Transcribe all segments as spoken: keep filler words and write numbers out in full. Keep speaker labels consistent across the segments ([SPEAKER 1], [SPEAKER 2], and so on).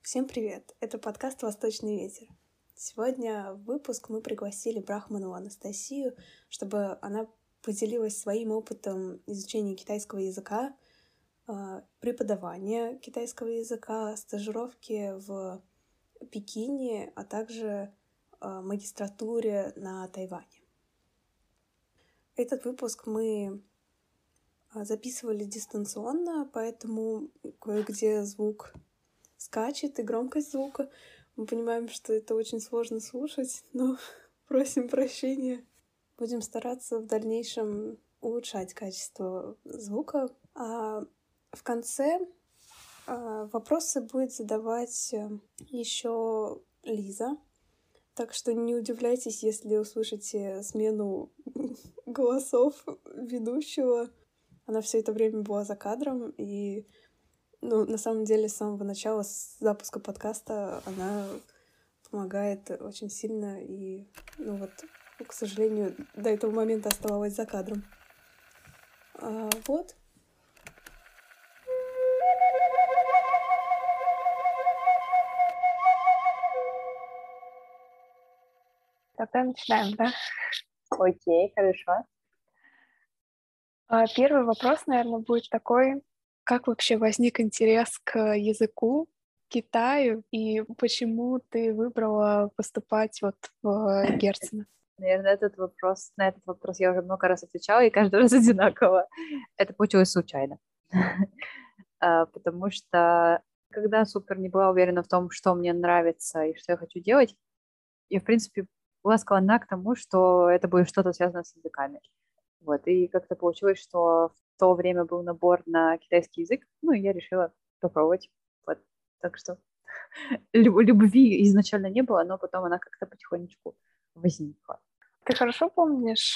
[SPEAKER 1] Всем привет! Это подкаст «Восточный ветер». Сегодня в выпуск мы пригласили Брахманову Анастасию, чтобы она поделилась своим опытом изучения китайского языка, преподавания китайского языка, стажировки в Пекине, а также магистратуре на Тайване. Этот выпуск мы записывали дистанционно, поэтому кое-где звук скачет и громкость звука. Мы понимаем, что это очень сложно слушать, но просим прощения. Будем стараться в дальнейшем улучшать качество звука. А в конце вопросы будет задавать еще Лиза. Так что не удивляйтесь, если услышите смену голосов ведущего. Она все это время была за кадром, и ну, на самом деле, с самого начала, с запуска подкаста, она помогает очень сильно, и, ну вот, к сожалению, до этого момента оставалась за кадром. А, вот.
[SPEAKER 2] Тогда начинаем, да?
[SPEAKER 3] Окей, хорошо.
[SPEAKER 2] Первый вопрос, наверное, будет такой: как вообще возник интерес к языку, Китаю, и почему ты выбрала поступать вот в Герцена?
[SPEAKER 3] Наверное, этот вопрос, на этот вопрос я уже много раз отвечала, и каждый раз одинаково. Это получилось случайно. Потому что, когда супер не была уверена в том, что мне нравится и что я хочу делать, я, в принципе, была склонна к тому, что это будет что-то связано с языками. Вот, и как-то получилось, что в то время был набор на китайский язык, ну, и я решила попробовать. Вот, так что любви изначально не было, но потом она как-то потихонечку возникла.
[SPEAKER 2] Ты хорошо помнишь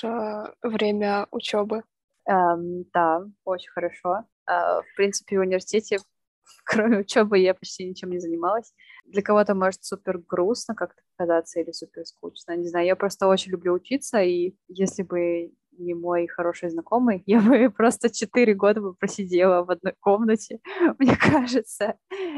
[SPEAKER 2] время учебы?
[SPEAKER 3] Um, да, очень хорошо. Uh, в принципе, в университете, кроме учебы, я почти ничем не занималась. Для кого-то может супер грустно как-то казаться или супер скучно. Не знаю, я просто очень люблю учиться, и если бы не мой хороший знакомый, я бы просто четыре года бы просидела в одной комнате, мне кажется,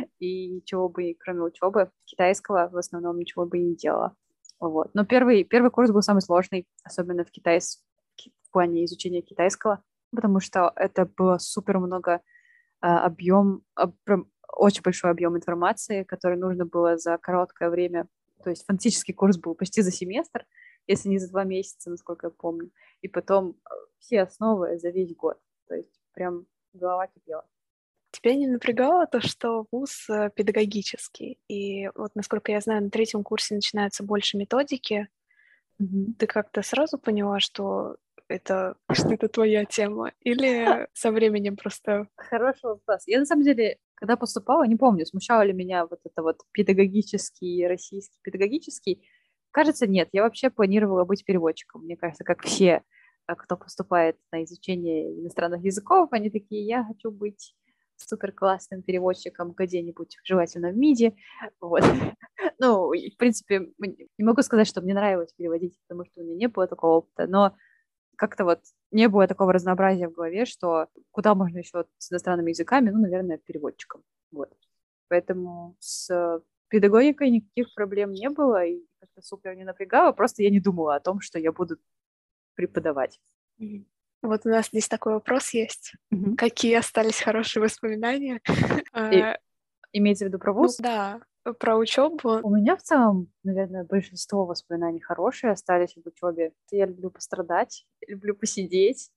[SPEAKER 3] и ничего бы, кроме учебы китайского, в основном ничего бы и не делала. Вот. Но первый, первый курс был самый сложный, особенно в китайском, в плане изучения китайского, потому что это было супер много а, объем, об, очень большой объем информации, который нужно было за короткое время. То есть фантастический курс был почти за семестр, если не за два месяца, насколько я помню. И потом все основы за весь год. То есть прям голова кипела.
[SPEAKER 2] Тебя не напрягало то, что вуз педагогический? И вот, насколько я знаю, на третьем курсе начинается больше методики. Mm-hmm. Ты как-то сразу поняла, что это, что это твоя тема? Или со временем просто...
[SPEAKER 3] Хороший вопрос. Я, на самом деле, когда поступала, не помню, смущало ли меня вот это вот педагогический, российский педагогический. Кажется, нет. Я вообще планировала быть переводчиком. Мне кажется, как все, кто поступает на изучение иностранных языков, они такие: я хочу быть супер классным переводчиком где-нибудь, желательно в МИДе. Вот. Ну, в принципе, не могу сказать, что мне нравилось переводить, потому что у меня не было такого опыта, но как-то вот не было такого разнообразия в голове, что куда можно еще с иностранными языками, ну, наверное, переводчиком. Вот. Поэтому с педагогикой никаких проблем не было, и как-то супер не напрягало, просто я не думала о том, что я буду преподавать.
[SPEAKER 2] Mm-hmm. Вот у нас здесь такой вопрос есть. Mm-hmm. Какие остались хорошие воспоминания?
[SPEAKER 3] И, имеется в виду про вуз?
[SPEAKER 2] Ну, да, про учебу.
[SPEAKER 3] У меня в целом, наверное, большинство воспоминаний хорошие остались в учебе. Я люблю пострадать, люблю посидеть.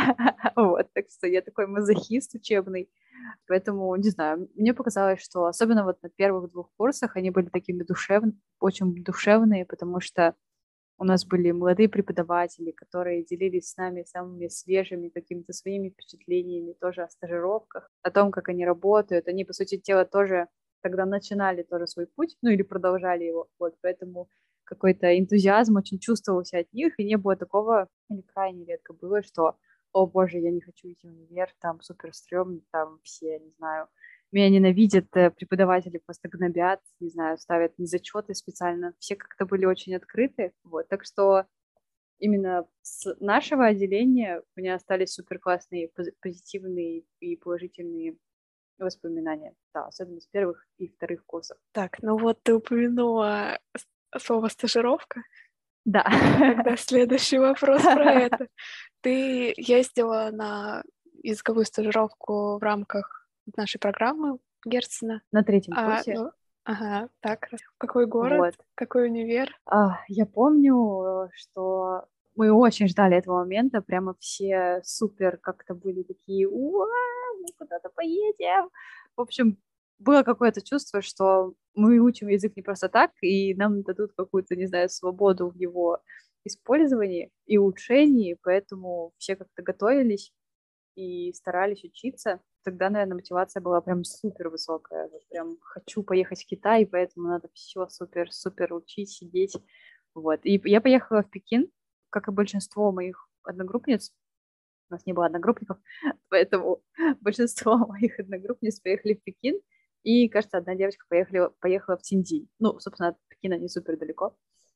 [SPEAKER 3] Вот, так что я такой мазохист учебный. Поэтому, не знаю, мне показалось, что особенно вот на первых двух курсах они были такими душевными, очень душевные, потому что у нас были молодые преподаватели, которые делились с нами самыми свежими какими-то своими впечатлениями тоже о стажировках, о том, как они работают. Они, по сути дела, тоже тогда начинали тоже свой путь, ну или продолжали его. Вот, поэтому какой-то энтузиазм очень чувствовался от них, и не было такого, или крайне редко было, что: о боже, я не хочу идти в универ, там супер стрёмно, там все, не знаю, меня ненавидят, преподаватели просто гнобят, не знаю, ставят незачеты специально. Все как-то были очень открыты. Вот. Так что именно с нашего отделения у меня остались супер классные, позитивные и положительные воспоминания, да, особенно с первых и вторых курсов.
[SPEAKER 2] Так, ну вот ты упомянула слово «стажировка».
[SPEAKER 3] Да.
[SPEAKER 2] Тогда следующий вопрос про это. Ты ездила на языковую стажировку в рамках нашей программы Герцена?
[SPEAKER 3] На третьем
[SPEAKER 2] А,
[SPEAKER 3] курсе.
[SPEAKER 2] ну, ага, так. Какой город?
[SPEAKER 3] Вот.
[SPEAKER 2] Какой универ?
[SPEAKER 3] А, я помню, что мы очень ждали этого момента, прямо все супер как-то были такие: уа, мы куда-то поедем. В общем, было какое-то чувство, что мы учим язык не просто так, и нам дадут какую-то, не знаю, свободу в его использовании и улучшении, поэтому все как-то готовились и старались учиться. Тогда, наверное, мотивация была прям супер высокая. Вот прям хочу поехать в Китай, поэтому надо все супер-супер учить, сидеть. Вот. И я поехала в Пекин, как и большинство моих одногруппниц. У нас не было одногруппников, поэтому большинство моих одногруппниц поехали в Пекин. И, кажется, одна девочка поехала, поехала в Тиньдинь. Ну, собственно, от Пекина не супер далеко.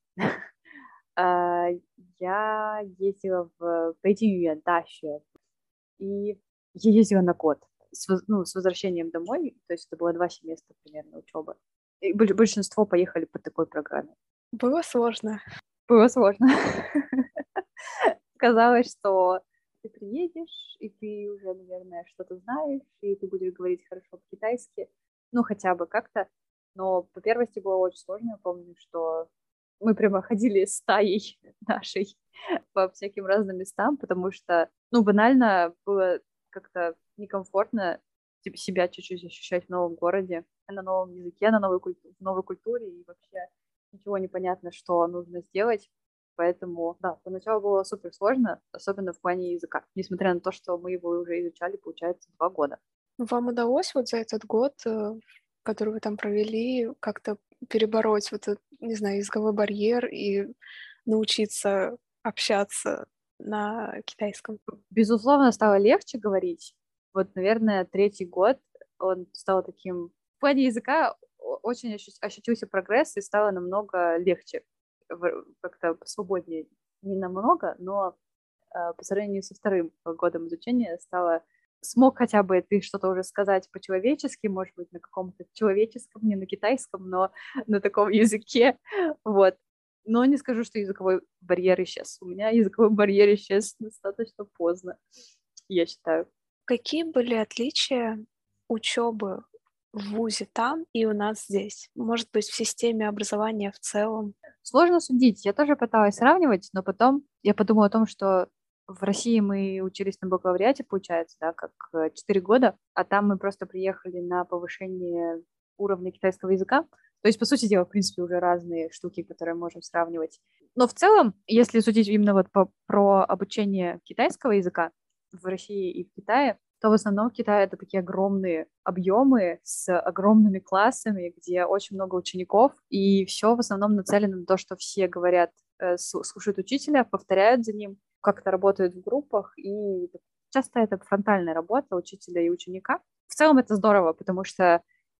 [SPEAKER 3] Я ездила в Бэйдинь Даше, и я ездила на год с, ну, с возвращением домой, то есть это было два семестра примерно учебы. И большинство поехали по такой программе.
[SPEAKER 2] Было сложно?
[SPEAKER 3] Было сложно. Казалось, что ты приедешь, и ты уже, наверное, что-то знаешь, и ты будешь говорить хорошо по-китайски, ну, хотя бы как-то. Но по первости было очень сложно. Я помню, что мы прямо ходили стаей нашей по всяким разным местам, потому что, ну, банально было как-то некомфортно себя чуть-чуть ощущать в новом городе, на новом языке, на новой, культу- в новой культуре, и вообще ничего не понятно, что нужно сделать. Поэтому, да, поначалу было супер сложно, особенно в плане языка, несмотря на то, что мы его уже изучали, получается, два года.
[SPEAKER 2] Вам удалось вот за этот год, который вы там провели, как-то перебороть вот этот, не знаю, языковой барьер и научиться общаться на китайском?
[SPEAKER 3] Безусловно, стало легче говорить. Вот, наверное, третий год он стал таким... В плане языка очень ощутился прогресс и стало намного легче, как-то свободнее. Не намного, но по сравнению со вторым годом изучения стало... Смог хотя бы ты что-то уже сказать по-человечески, может быть, на каком-то человеческом, не на китайском, но на таком языке, вот. Но не скажу, что языковой барьер исчез. У меня языковой барьер исчез достаточно поздно, я считаю.
[SPEAKER 2] Какие были отличия учебы в вузе там и у нас здесь? Может быть, в системе образования в целом?
[SPEAKER 3] Сложно судить. Я тоже пыталась сравнивать, но потом я подумала о том, что в России мы учились на бакалавриате, получается, да, как четыре года, а там мы просто приехали на повышение уровня китайского языка. То есть, по сути дела, в принципе, уже разные штуки, которые можем сравнивать. Но в целом, если судить именно вот по, про обучение китайского языка в России и в Китае, то в основном в Китае это такие огромные объемы с огромными классами, где очень много учеников, и все в основном нацелено на то, что все говорят, э, слушают учителя, повторяют за ним, как-то работают в группах, и часто это фронтальная работа учителя и ученика. В целом это здорово, потому что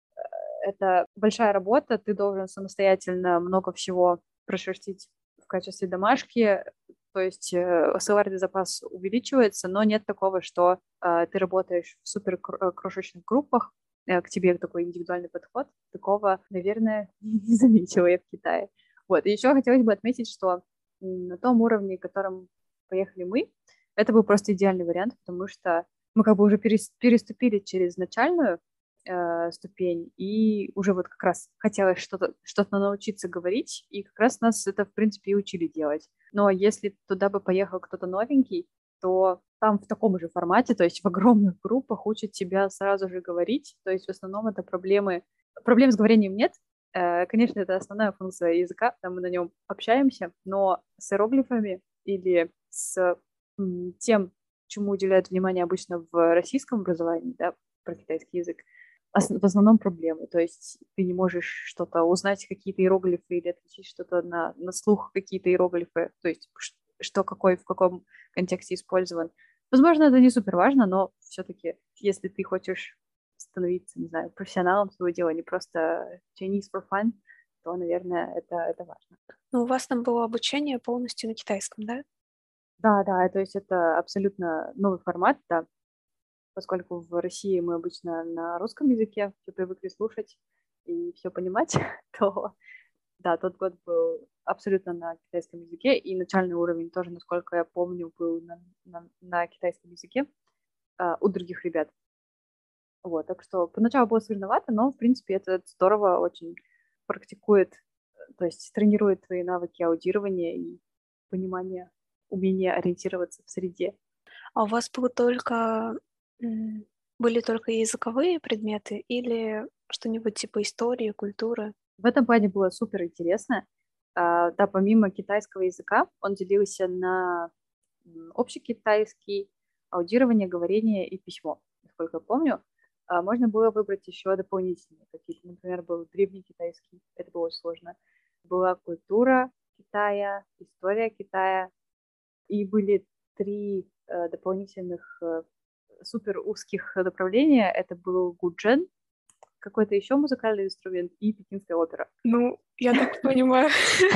[SPEAKER 3] это большая работа, ты должен самостоятельно много всего прошерстить в качестве домашки, то есть э, словарный запас увеличивается, но нет такого, что э, ты работаешь в супер крошечных группах, э, к тебе такой индивидуальный подход. Такого, наверное, не заметила я в Китае. Вот. И еще хотелось бы отметить, что на том уровне, к которому поехали мы, это был просто идеальный вариант, потому что мы как бы уже переступили через начальную э, ступень, и уже вот как раз хотелось что-то, что-то научиться говорить, и как раз нас это, в принципе, и учили делать. Но если туда бы поехал кто-то новенький, то там в таком же формате, то есть в огромных группах учат тебя сразу же говорить, то есть в основном это проблемы, проблем с говорением нет. Э, конечно, это основная функция языка, там мы на нем общаемся, но с иероглифами или с м, тем, чему уделяют внимание обычно в российском образовании, да, про китайский язык, в основном проблемы. То есть ты не можешь что-то узнать, какие-то иероглифы или отличить что-то на, на слух, какие-то иероглифы, то есть что какой, в каком контексте использован. Возможно, это не супер важно, но все-таки, если ты хочешь становиться, не знаю, профессионалом своего дела, не просто Chinese for fun, то, наверное, это, это важно.
[SPEAKER 2] Но у вас там было обучение полностью на китайском, да?
[SPEAKER 3] Да, да, то есть это абсолютно новый формат, да. поскольку в России мы обычно на русском языке все привыкли слушать и все понимать, то да, тот год был абсолютно на китайском языке, и начальный уровень тоже, насколько я помню, был на, на, на китайском языке а, у других ребят. Вот, так что поначалу было сложновато, но, в принципе, это здорово очень практикует, то есть тренирует твои навыки аудирования и понимания, умения ориентироваться в среде.
[SPEAKER 2] А у вас было только, были только языковые предметы или что-нибудь типа истории, культуры?
[SPEAKER 3] В этом плане было супер интересно. А, да, помимо китайского языка, он делился на общекитайский, аудирование, говорение и письмо, насколько я помню. А, можно было выбрать еще дополнительные какие-то. Например, был древний китайский, это было очень сложно. Была культура Китая, история Китая. И были три э, дополнительных э, супер узких направления. Это был гуджен, какой-то еще музыкальный инструмент и пекинская опера.
[SPEAKER 2] Ну, я так понимаю,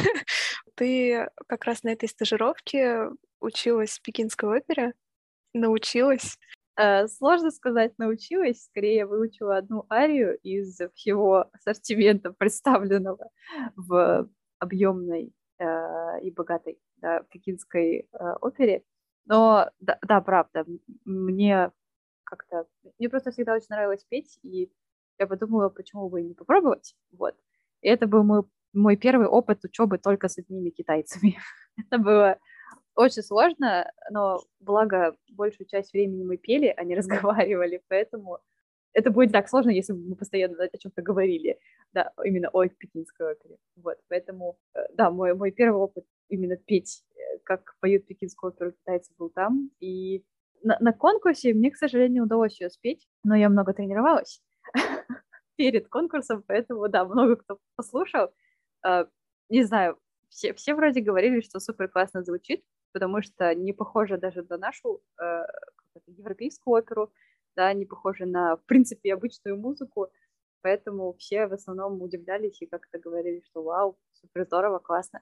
[SPEAKER 2] ты как раз на этой стажировке училась в пекинской опере? Научилась?
[SPEAKER 3] Uh, сложно сказать, научилась. Скорее, выучила одну арию из всего ассортимента, представленного в объемной uh, и богатой да, пекинской uh, опере. Но, да, да, правда, мне как-то... Мне просто всегда очень нравилось петь, и я подумала, почему бы не попробовать. Вот. И это был мой, мой первый опыт учебы только с одними китайцами. Это было... очень сложно, но благо большую часть времени мы пели, а не разговаривали, поэтому это будет так сложно, если бы мы постоянно о чем-то говорили, да, именно о пекинской опере. Вот, поэтому, да, мой, мой первый опыт именно петь, как поют пекинскую оперу китайцы, был там, и на, на конкурсе мне, к сожалению, удалось ее спеть, но я много тренировалась перед конкурсом, поэтому, да, много кто послушал. Не знаю, все, все вроде говорили, что супер классно звучит, потому что не похоже даже на нашу э, европейскую оперу, да, не похоже на, в принципе, обычную музыку, поэтому все в основном удивлялись и как-то говорили, что вау, супер здорово, классно.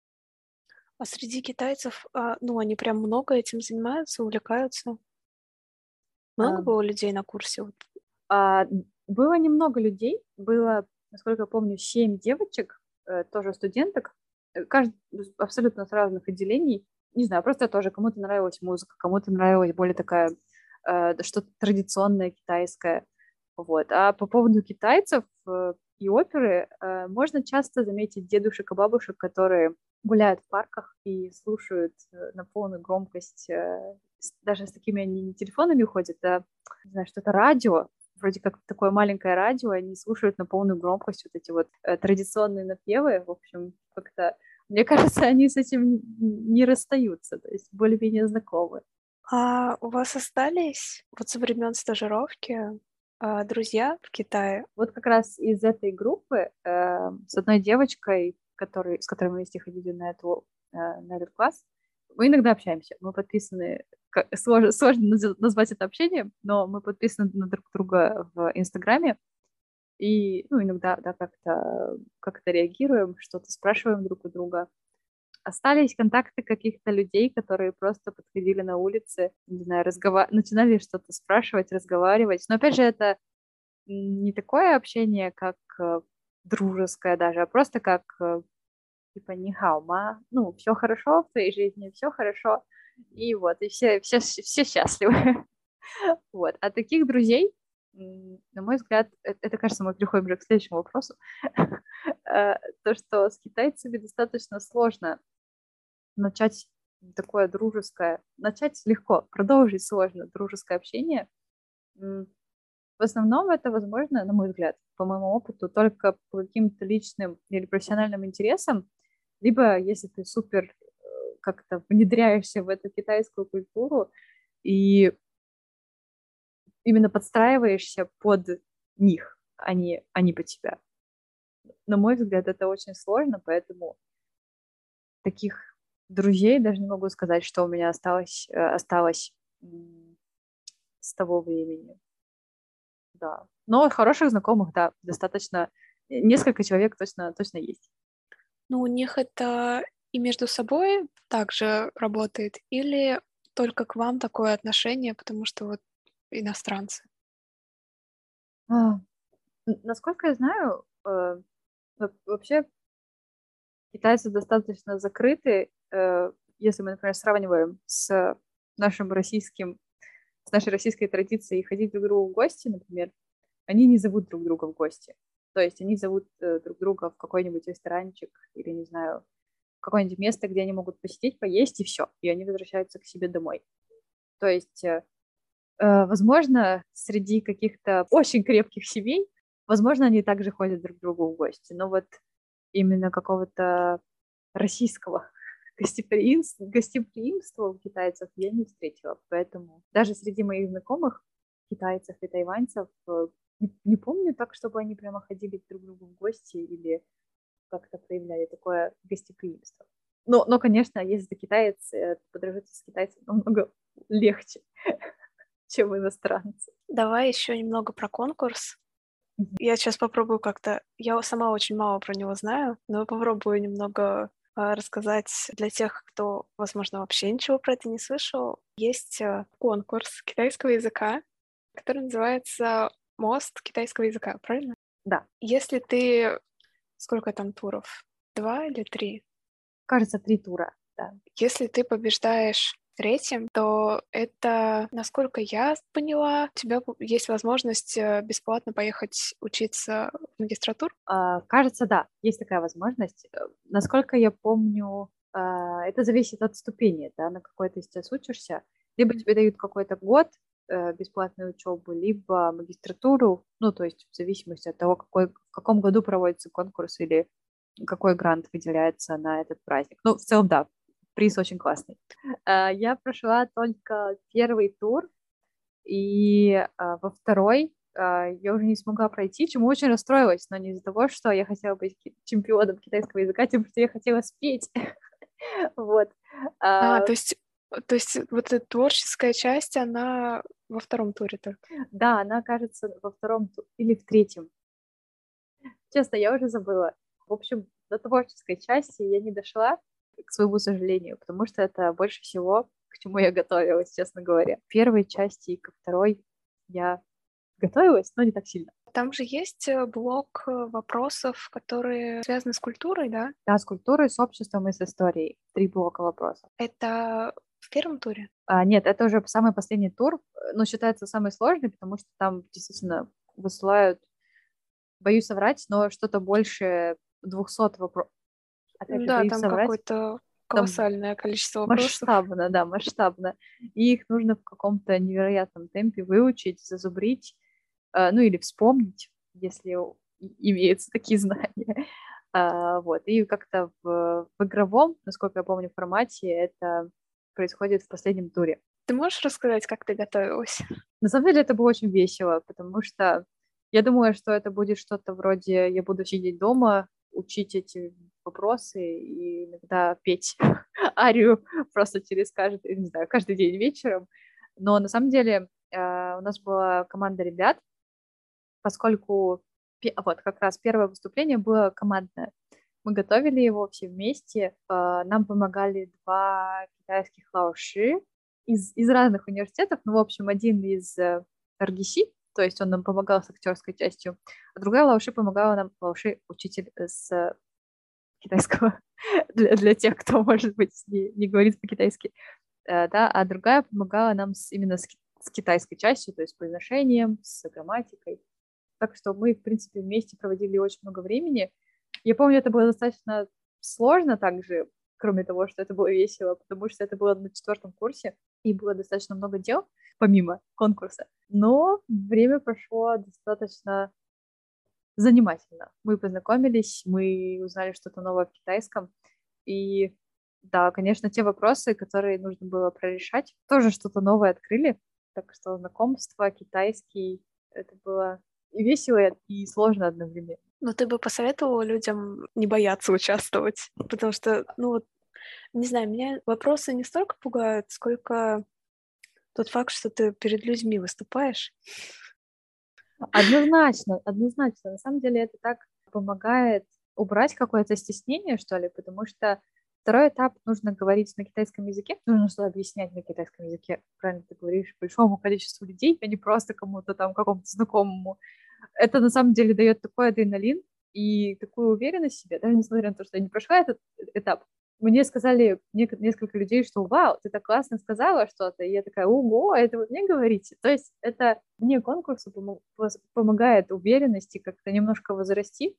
[SPEAKER 2] А среди китайцев, ну, они прям много этим занимаются, увлекаются? Много а, было людей на курсе?
[SPEAKER 3] А, было немного людей, было, насколько я помню, семь девочек, э, тоже студенток, каждый абсолютно с разных отделений. Не знаю, просто тоже кому-то нравилась музыка, кому-то нравилась более такая, э, что-то традиционное китайское. Вот. А по поводу китайцев э, и оперы э, можно часто заметить дедушек и бабушек, которые гуляют в парках и слушают э, на полную громкость, э, с, даже с такими они не телефонами ходят, а, не знаю, что-то радио, вроде как такое маленькое радио, они слушают на полную громкость вот эти вот э, традиционные напевы. В общем, как-то мне кажется, они с этим не расстаются, то есть более-менее знакомы.
[SPEAKER 2] А у вас остались вот со времен стажировки э, друзья в Китае?
[SPEAKER 3] Вот как раз из этой группы э, с одной девочкой, который, с которой мы вместе ходили на, эту, э, на этот класс, мы иногда общаемся. Мы подписаны, как, сложно, сложно назвать это общением, но мы подписаны на друг друга в Инстаграме. И, ну, иногда, да, как-то, как-то реагируем, что-то спрашиваем друг у друга. Остались контакты каких-то людей, которые просто подходили на улице, не знаю, разговар... начинали что-то спрашивать, разговаривать. Но, опять же, это не такое общение, как э, дружеское даже, а просто как, э, типа, не хаума, ну, все хорошо в твоей жизни, все хорошо, и вот, и все, все, все счастливы. Вот. А таких друзей, на мой взгляд, это, кажется, мы переходим уже к следующему вопросу, то, что с китайцами достаточно сложно начать такое дружеское, начать легко, продолжить сложно дружеское общение. В основном это возможно, на мой взгляд, по моему опыту, только по каким-то личным или профессиональным интересам, либо если ты супер как-то внедряешься в эту китайскую культуру и именно подстраиваешься под них, а не, а не под тебя. На мой взгляд, это очень сложно, поэтому таких друзей даже не могу сказать, что у меня осталось, осталось с того времени. Да. Но хороших знакомых, да, достаточно. Несколько человек точно, точно есть.
[SPEAKER 2] Ну, у них это и между собой также работает, или только к вам такое отношение, потому что вот иностранцы?
[SPEAKER 3] А, н- насколько я знаю, э, во- вообще китайцы достаточно закрыты, э, если мы, например, сравниваем с нашим российским, с нашей российской традицией ходить друг к другу в гости, например, они не зовут друг друга в гости. То есть они зовут э, друг друга в какой-нибудь ресторанчик или, не знаю, в какое-нибудь место, где они могут посидеть, поесть, и все. И они возвращаются к себе домой. То есть, э, э, возможно, среди каких-то очень крепких семей, возможно, они также ходят друг к другу в гости. Но вот именно какого-то российского гостеприимства, гостеприимства у китайцев я не встретила. Поэтому даже среди моих знакомых китайцев и тайваньцев э, не, не помню так, чтобы они прямо ходили друг к другу в гости или как-то проявляли такое гостеприимство. Но, но конечно, если ты китаец, э, подружиться с китайцем намного легче, чем иностранцы.
[SPEAKER 2] Давай еще немного про конкурс.
[SPEAKER 3] Мгм.
[SPEAKER 2] Я сейчас попробую как-то... Я сама очень мало про него знаю, но попробую немного а, рассказать для тех, кто, возможно, вообще ничего про это не слышал. Есть а, конкурс китайского языка, который называется «Мост китайского языка», правильно?
[SPEAKER 3] Да,
[SPEAKER 2] Если ты... Сколько там туров? Два или три?
[SPEAKER 3] кажется, три тура. Да.
[SPEAKER 2] Если ты побеждаешь третьим, то это, насколько я поняла, у тебя бу- есть возможность э, бесплатно поехать учиться в магистратуру.
[SPEAKER 3] А, кажется, да, есть такая возможность. Э, Насколько я помню, а, это зависит от ступени, да, на какой ты сейчас учишься. Либо
[SPEAKER 2] Мгм.
[SPEAKER 3] тебе дают какой-то год э, бесплатной учебы, либо магистратуру, ну, то есть в зависимости от того, какой, в каком году проводится конкурс или какой грант выделяется на этот праздник. Ну, в целом, да, приз очень классный. А, Я прошла только первый тур, и а, во второй а, я уже не смогла пройти, чему очень расстроилась, но не из-за того, что я хотела быть ки- чемпионом китайского языка, тем, что я хотела спеть. Вот.
[SPEAKER 2] А,
[SPEAKER 3] А,
[SPEAKER 2] то есть, то есть вот эта творческая часть, она во втором туре только.
[SPEAKER 3] Да, она, кажется, во втором ту- или в третьем. Честно, я уже забыла. В общем, до творческой части я не дошла, к своему сожалению, потому что это больше всего, к чему я готовилась, честно говоря. В первой части и ко второй я готовилась, но не так сильно.
[SPEAKER 2] Там же есть э, блок э, вопросов, которые связаны с культурой, да?
[SPEAKER 3] Да, с культурой, с обществом и с историей. Три блока вопросов.
[SPEAKER 2] Это в первом туре?
[SPEAKER 3] А, нет, это уже самый последний тур, э, но считается самый сложный, потому что там действительно высылают, боюсь соврать, но что-то больше двухсот вопросов. Опять же,
[SPEAKER 2] Да,
[SPEAKER 3] боюсь
[SPEAKER 2] там
[SPEAKER 3] соврать.
[SPEAKER 2] какое-то
[SPEAKER 3] Там
[SPEAKER 2] колоссальное количество вопросов.
[SPEAKER 3] масштабно, да, масштабно. И их нужно в каком-то невероятном темпе выучить, зазубрить, э, ну или вспомнить, если у- и- имеются такие знания. А, вот. И как-то в, в игровом, насколько я помню, формате это происходит в последнем туре.
[SPEAKER 2] Ты можешь рассказать, как ты готовилась?
[SPEAKER 3] На самом деле это было очень весело, потому что я думала, что это будет что-то вроде я буду сидеть дома, учить эти вопросы и иногда петь арию просто через каждый, не знаю, каждый день вечером. Но на самом деле э, у нас была команда ребят, поскольку пе- вот как раз первое выступление было командное. Мы готовили его все вместе. э, Нам помогали два китайских лаоши из, из разных университетов. Ну, в общем, один из э, эр джи си, то есть он нам помогал с актерской частью, а другая лаоши помогала нам, лаоши учитель с э, китайского, для, для тех, кто, может быть, не, не говорит по-китайски, э, да, а другая помогала нам с, именно с, ки- с китайской частью, то есть с произношением, с грамматикой. Так что мы, в принципе, вместе проводили очень много времени. Я помню, это было достаточно сложно также, кроме того, что это было весело, потому что это было на четвертом курсе, и было достаточно много дел, помимо конкурса. Но время прошло достаточно занимательно. Мы познакомились, мы узнали что-то новое в китайском, и да, конечно, те вопросы, которые нужно было прорешать, тоже что-то новое открыли. Так что знакомство, китайский, это было и весело, и сложно одновременно.
[SPEAKER 2] Но ты бы посоветовала людям не бояться участвовать? Потому что, ну вот, не знаю, меня вопросы не столько пугают, сколько тот факт, что ты перед людьми выступаешь.
[SPEAKER 3] Однозначно, однозначно. На самом деле это так помогает убрать какое-то стеснение, что ли, потому что Второй этап — нужно говорить на китайском языке, нужно что-то объяснять на китайском языке, правильно ты говоришь, большому количеству людей, а не просто кому-то там, какому-то знакомому. Это на самом деле дает такой адреналин и такую уверенность в себе, даже несмотря на то, что я не прошла этот этап. Мне сказали несколько людей, что «Вау, ты так классно сказала что-то», и я такая «Ого, это вы мне говорите?» То есть это мне конкурсу помогает уверенности как-то немножко возрасти,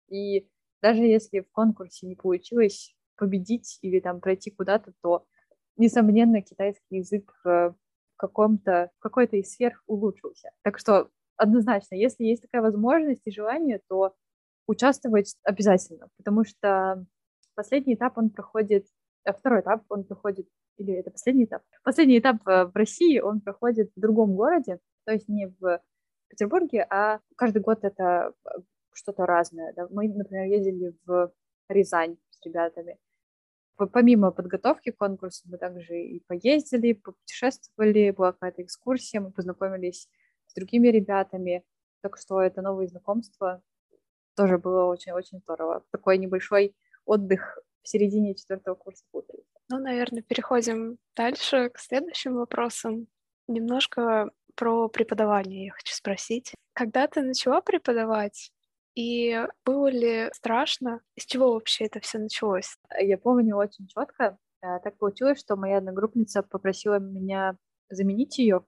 [SPEAKER 3] и даже если в конкурсе не получилось победить или там пройти куда-то, то, несомненно, китайский язык в каком-то, в какой-то из сфер улучшился. Так что однозначно, если есть такая возможность и желание, то участвовать обязательно, потому что последний этап, он проходит, а второй этап, он проходит, или это последний этап? Последний этап в России, он проходит в другом городе, то есть не в Петербурге, а каждый год это что-то разное. Да? Мы, например, ездили в Рязань с ребятами. Помимо подготовки к конкурсу мы также и поездили, попутешествовали, была какая-то экскурсия, мы познакомились с другими ребятами, так что это новые знакомства. Тоже было очень-очень здорово. Такой небольшой отдых в середине четвертого курса получился.
[SPEAKER 2] Ну, наверное, переходим дальше к следующим вопросам. Немножко про преподавание я хочу спросить. Когда ты начала преподавать, и было ли страшно? Из чего вообще это все началось?
[SPEAKER 3] Я помню очень четко. Так получилось, что моя одногруппница попросила меня заменить ее.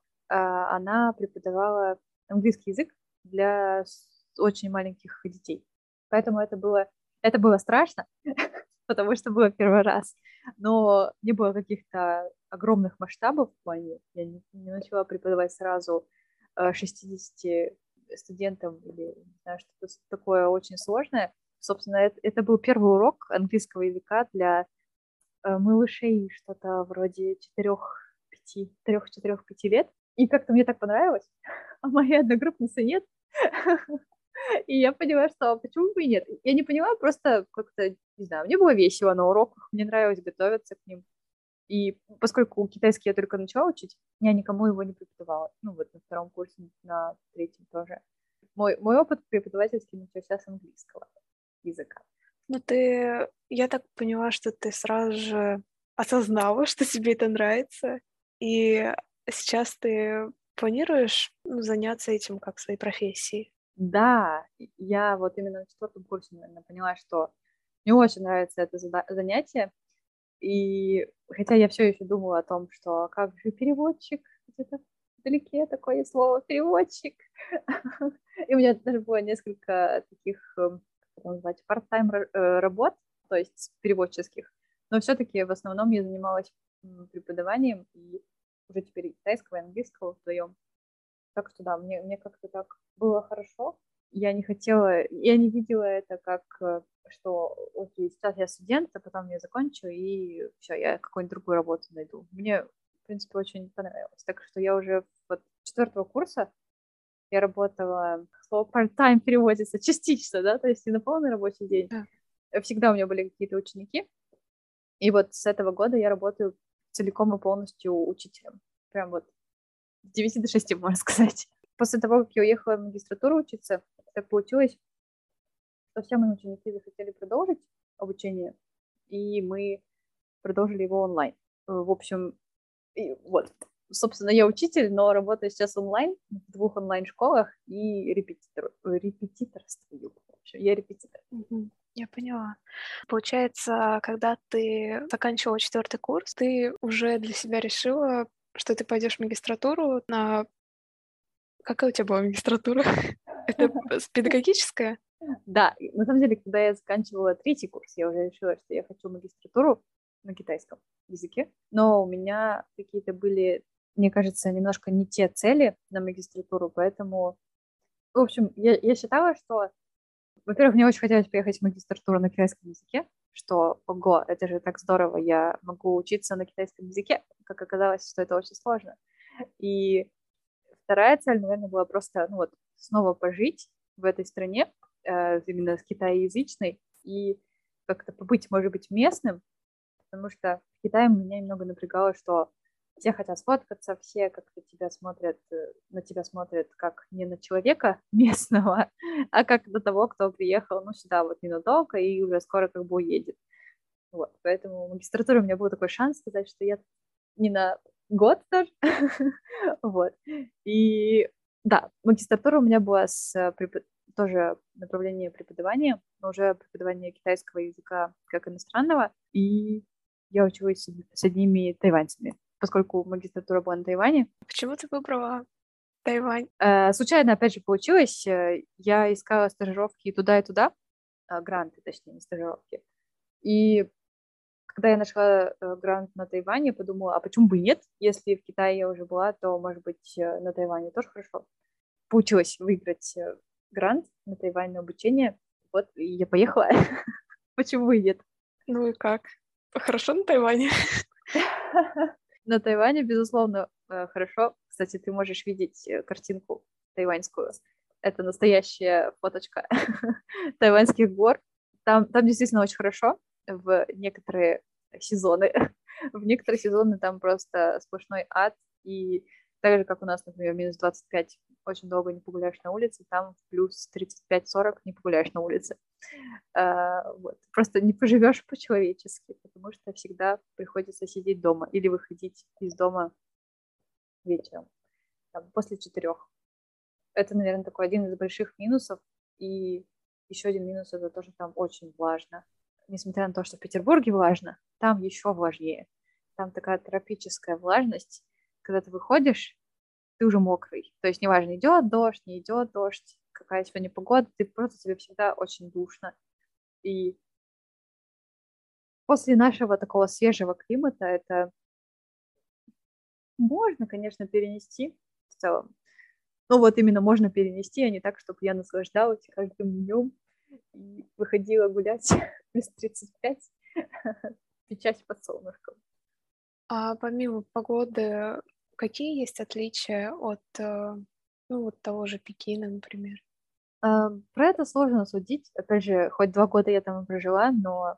[SPEAKER 3] Она преподавала английский язык для очень маленьких детей. Поэтому это было, это было страшно, потому что было первый раз. Но не было каких-то огромных масштабов в плане. Я не, не начала преподавать сразу шестидесяти студентам или не знаю, что-то такое очень сложное. Собственно, это, это был первый урок английского языка для э, малышей, что-то вроде четырех-пяти, трех-четырех-пяти лет. И как-то мне так понравилось, а моей одногруппницы нет. И я поняла, что почему бы и нет. Я не поняла, просто как-то, не знаю, мне было весело на уроках, мне нравилось готовиться к ним. И поскольку китайский я только начала учить, я никому его не преподавала. Ну, вот на втором курсе, на третьем тоже. Мой, мой опыт преподавательский начался с английского языка.
[SPEAKER 2] Ну, ты... Я так поняла, что ты сразу же осознала, что тебе это нравится, и сейчас ты планируешь, ну, заняться этим как своей профессией?
[SPEAKER 3] Да, я вот именно на четвертом курсе, наверное, поняла, что мне очень нравится это занятие. И хотя я все еще думала о том, что как же переводчик, где-то вдалеке такое слово переводчик. И у меня даже было несколько таких, как назвать, part-time работ, то есть переводческих. Но все-таки в основном я занималась преподаванием и уже теперь китайского и английского вдвоем. Так что да, мне, мне как-то так было хорошо. Я не хотела, я не видела это как, что окей, сейчас я студент, а потом я закончу, и все, я какую-нибудь другую работу найду. Мне, в принципе, очень понравилось. Так что я уже вот четвертого курса я работала, слово part-time переводится частично, да, то есть не на полный рабочий день. Yeah. Всегда у меня были какие-то ученики. И вот с этого года я работаю целиком и полностью учителем. Прям вот с девяти до шести, можно сказать. После того, как я уехала в магистратуру учиться, так получилось, что все мои ученики захотели продолжить обучение, и мы продолжили его онлайн. В общем, и вот, собственно, я учитель, но работаю сейчас онлайн в двух онлайн-школах и репетитор, репетиторствую. В общем, я репетитор.
[SPEAKER 2] Mm-hmm. Я поняла. Получается, когда ты заканчивала четвертый курс, ты уже для себя решила, что ты пойдешь в магистратуру на... Какая у тебя была магистратура? Это педагогическая?
[SPEAKER 3] Да, на самом деле, когда я заканчивала третий курс, я уже решила, что я хочу магистратуру на китайском языке, но у меня какие-то были, мне кажется, немножко не те цели на магистратуру, поэтому, в общем, я, я считала, что, во-первых, мне очень хотелось поехать в магистратуру на китайском языке, что, ого, это же так здорово, я могу учиться на китайском языке, как оказалось, что это очень сложно. И вторая цель, наверное, была просто, ну вот, снова пожить в этой стране, э, именно с китаеязычной, и как-то побыть, может быть, местным, потому что в Китае меня немного напрягало, что все хотят сфоткаться, все как-то тебя смотрят, на тебя смотрят как не на человека местного, а как на того, кто приехал, ну, сюда вот ненадолго и уже скоро как бы уедет. Вот, поэтому в магистратуре у меня был такой шанс сказать, что я не на год тоже. Вот. И да, магистратура у меня была с препод... тоже направление преподавания, но уже преподавание китайского языка как иностранного, и я училась с одними тайваньцами, поскольку магистратура была на Тайване.
[SPEAKER 2] Почему ты выбрала Тайвань?
[SPEAKER 3] Э, случайно, опять же, получилось. Я искала стажировки и туда, и туда, гранты, точнее, не стажировки. И когда я нашла грант на Тайване, подумала, а почему бы и нет? Если в Китае я уже была, то, может быть, на Тайване тоже хорошо. Получилось выиграть грант на Тайвань на обучение. Вот, и я поехала. Почему бы и нет?
[SPEAKER 2] Ну и как? Хорошо на Тайване?
[SPEAKER 3] На Тайване, безусловно, хорошо. Кстати, ты можешь видеть картинку тайваньскую. Это настоящая фоточка тайваньских гор. Там, там действительно очень хорошо в некоторые сезоны. В некоторые сезоны там просто сплошной ад. И так же, как у нас, например, минус двадцать пять, очень долго не погуляешь на улице, там плюс тридцать пять сорок не погуляешь на улице. А, вот. Просто не поживешь по-человечески, потому что всегда приходится сидеть дома или выходить из дома вечером, там, после четырех. Это, наверное, такой один из больших минусов. И еще один минус — это то, что там очень влажно. Несмотря на то, что в Петербурге влажно, там еще влажнее. Там такая тропическая влажность. Когда ты выходишь, ты уже мокрый. То есть неважно, идет дождь, не идет дождь, какая сегодня погода, ты просто тебе всегда очень душно. И после нашего такого свежего климата это можно, конечно, перенести в целом. Но вот именно можно перенести, а не так, чтобы я наслаждалась каждым днем и выходила гулять плюс тридцать пять, печать под солнышком.
[SPEAKER 2] А помимо погоды, какие есть отличия от, ну, вот того же Пекина, например?
[SPEAKER 3] А, про это сложно судить. Опять же, хоть два года я там и прожила, но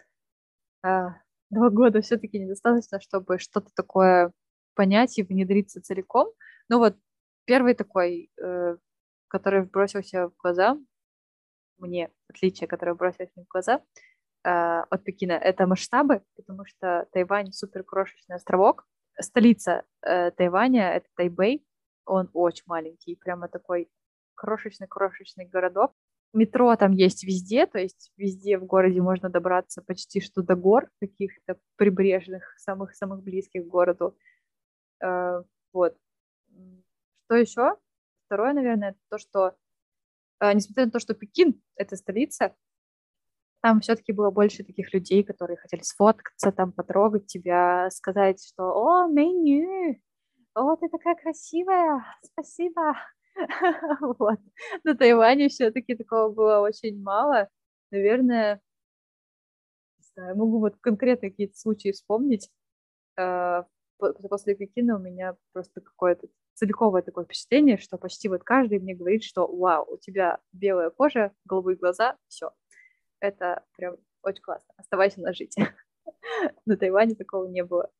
[SPEAKER 3] а, два года все-таки недостаточно, чтобы что-то такое понять и внедриться целиком. Ну вот первый такой, э, который бросился в глаза, мне отличие, которое бросилось мне в глаза э, от Пекина, это масштабы, потому что Тайвань супер крошечный островок. Столица э, Тайваня — это Тайбэй, он очень маленький, прямо такой крошечный-крошечный городок. Метро там есть везде, то есть везде в городе можно добраться почти что до гор, каких-то прибрежных, самых-самых близких к городу. Э, вот. Что еще? Второе, наверное, это то, что, э, несмотря на то, что Пекин — это столица, там все-таки было больше таких людей, которые хотели сфоткаться, там потрогать тебя, сказать, что «О, меню! О, ты такая красивая! Спасибо!» Вот. На Тайване все-таки такого было очень мало. Наверное, не знаю, могу вот конкретно какие-то случаи вспомнить. После Пекина у меня просто какое-то целиковое такое впечатление, что почти вот каждый мне говорит, что «Вау, у тебя белая кожа, голубые глаза, все». Это прям очень классно. Оставайся на жить. На Тайване такого не было.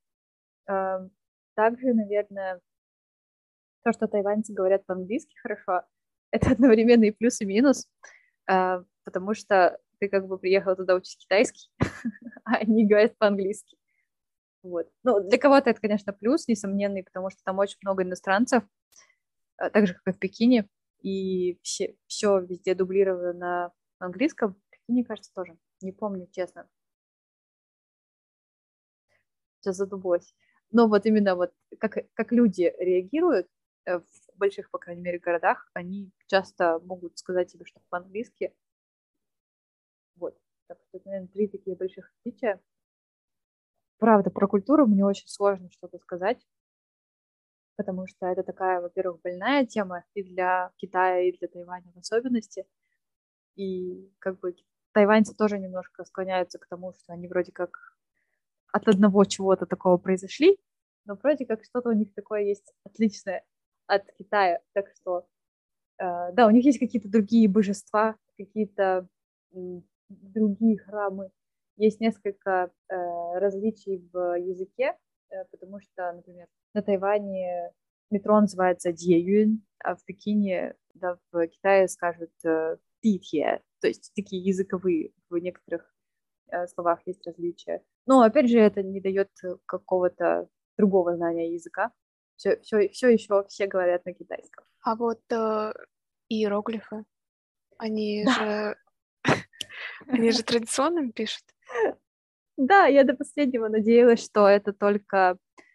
[SPEAKER 3] Также, наверное, то, что тайваньцы говорят по-английски хорошо, это одновременно и плюс, и минус, потому что ты как бы приехал туда учить китайский, а они говорят по-английски. Вот. Ну, для кого-то это, конечно, плюс, несомненный, потому что там очень много иностранцев, так же, как и в Пекине, и все, все везде дублировано на английском. В Пекине, кажется, тоже. Не помню, честно. Сейчас задумалась. Но вот именно вот как, как люди реагируют в больших, по крайней мере, городах, они часто могут сказать тебе что-то по-английски. Вот. Так что, наверное, три таких больших отличия. Правда, про культуру мне очень сложно что-то сказать, потому что это такая, во-первых, больная тема и для Китая, и для Тайваня в особенности. И как бы тайваньцы тоже немножко склоняются к тому, что они вроде как от одного чего-то такого произошли, но вроде как что-то у них такое есть отличное от Китая. Так что, э, да, у них есть какие-то другие божества, какие-то м, другие храмы. Есть несколько э, различий в языке, э, потому что, например, на Тайване метро называется Диюн, а в Пекине, да, в Китае скажут э, Дитье, то есть такие языковые в некоторых э, словах есть различия. Но, опять же, это не дает какого-то другого знания языка. Все, все, все еще все говорят на китайском.
[SPEAKER 2] А вот э, иероглифы, они
[SPEAKER 3] Да.
[SPEAKER 2] же они же традиционным пишут.
[SPEAKER 3] Да, я до последнего надеялась, что это только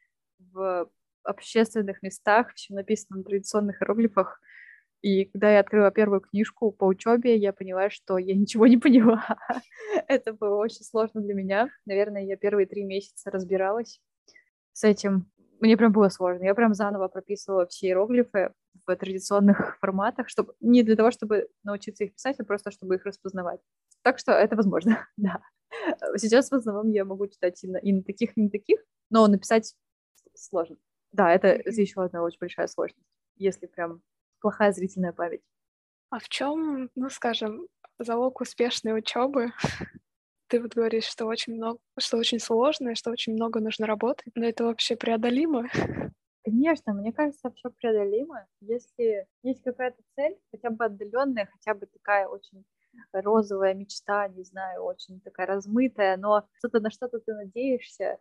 [SPEAKER 3] в общественных местах все написано на традиционных иероглифах. И когда я открыла первую книжку по учебе, я поняла, что я ничего не поняла. Это было очень сложно для меня. Наверное, я первые три месяца разбиралась с этим. Мне прям было сложно. Я прям заново прописывала все иероглифы в традиционных форматах, чтобы не для того, чтобы научиться их писать, а просто чтобы их распознавать. Так что это возможно, да. Сейчас в основном я могу читать и на, и на таких, и на таких, но написать сложно. Да, это
[SPEAKER 2] Мгм.
[SPEAKER 3] еще одна очень большая сложность, если прям плохая зрительная память.
[SPEAKER 2] А в чем, ну, скажем, залог успешной учебы? Ты вот говоришь, что очень много, что очень сложно, и что очень много нужно работать, но это вообще преодолимо?
[SPEAKER 3] Конечно, мне кажется, все преодолимо, если есть какая-то цель, хотя бы отдаленная, хотя бы такая очень розовая мечта, не знаю, очень такая размытая, но что-то на что-то ты надеешься.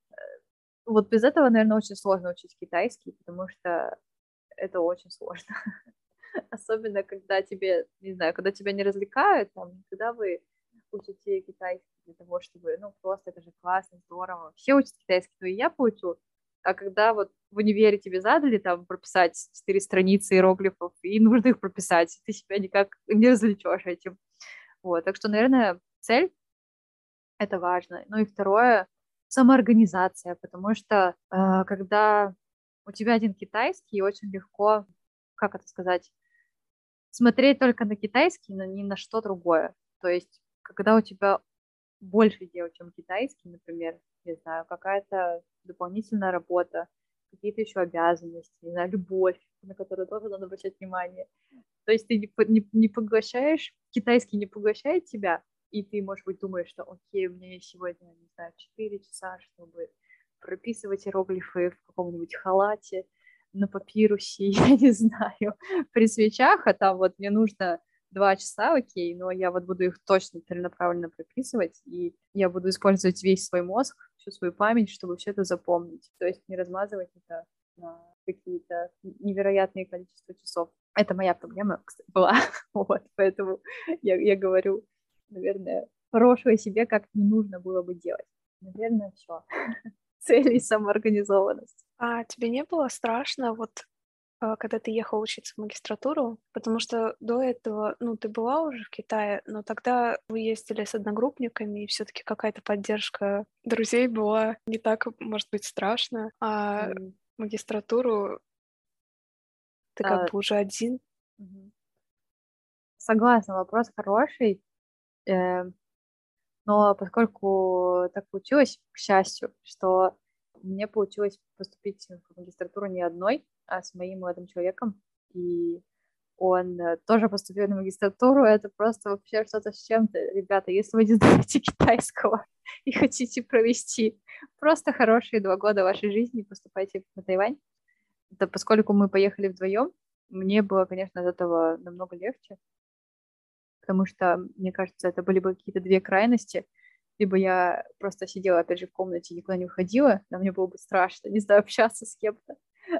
[SPEAKER 3] Вот без этого, наверное, очень сложно учить китайский, потому что это очень сложно. Особенно, когда тебе, не знаю, когда тебя не развлекают, там, когда вы учите китайский для того, чтобы, ну, просто это же классно, здорово. Все учат китайский, то и я поучу. А когда вот в универе тебе задали там прописать четыре страницы иероглифов, и нужно их прописать, ты себя никак не развлечешь этим. Вот, так что, наверное, цель — это важно. Ну и второе — самоорганизация, потому что э, когда у тебя один китайский, очень легко, как это сказать, смотреть только на китайский, но ни на что другое. То есть, когда у тебя больше дел, чем китайский, например, не знаю, какая-то дополнительная работа, какие-то еще обязанности, не знаю, любовь, на которую тоже надо обращать внимание. То есть ты не, не, не поглощаешь, китайский не поглощает тебя, и ты, может быть, думаешь, что окей, у меня есть сегодня, не знаю, четыре часа, чтобы прописывать иероглифы в каком-нибудь халате, на папирусе, я не знаю, при свечах, а там вот мне нужно два часа, окей, но я вот буду их точно целенаправленно прописывать, и я буду использовать весь свой мозг, всю свою память, чтобы все это запомнить. То есть не размазывать это на какие-то невероятные количества часов. Это моя проблема, кстати, была. Вот, поэтому я, я говорю, наверное, прошлое себе как не нужно было бы делать. Наверное, все. Цель и самоорганизованность.
[SPEAKER 2] А тебе не было страшно, вот а, когда ты ехала учиться в магистратуру? Потому что до этого, ну, ты была уже в Китае, но тогда вы ездили с одногруппниками, и все-таки какая-то поддержка друзей была не так, может быть, страшно. А
[SPEAKER 3] М,
[SPEAKER 2] магистратуру ты как
[SPEAKER 3] а,
[SPEAKER 2] бы уже один.
[SPEAKER 3] мгм. Согласна, вопрос хороший. Э, Но поскольку так получилось, к счастью, что мне получилось поступить в магистратуру не одной, а с моим молодым человеком, и он э, тоже поступил на магистратуру, это просто вообще что-то с чем-то. Ребята, если вы не знаете китайского и хотите провести просто хорошие два года вашей жизни, поступайте на Тайвань. Это поскольку мы поехали вдвоем, мне было, конечно, от этого намного легче, потому что, мне кажется, это были бы какие-то две крайности. Либо я просто сидела, опять же, в комнате и никуда не выходила, но мне было бы страшно, не знаю, общаться с кем-то.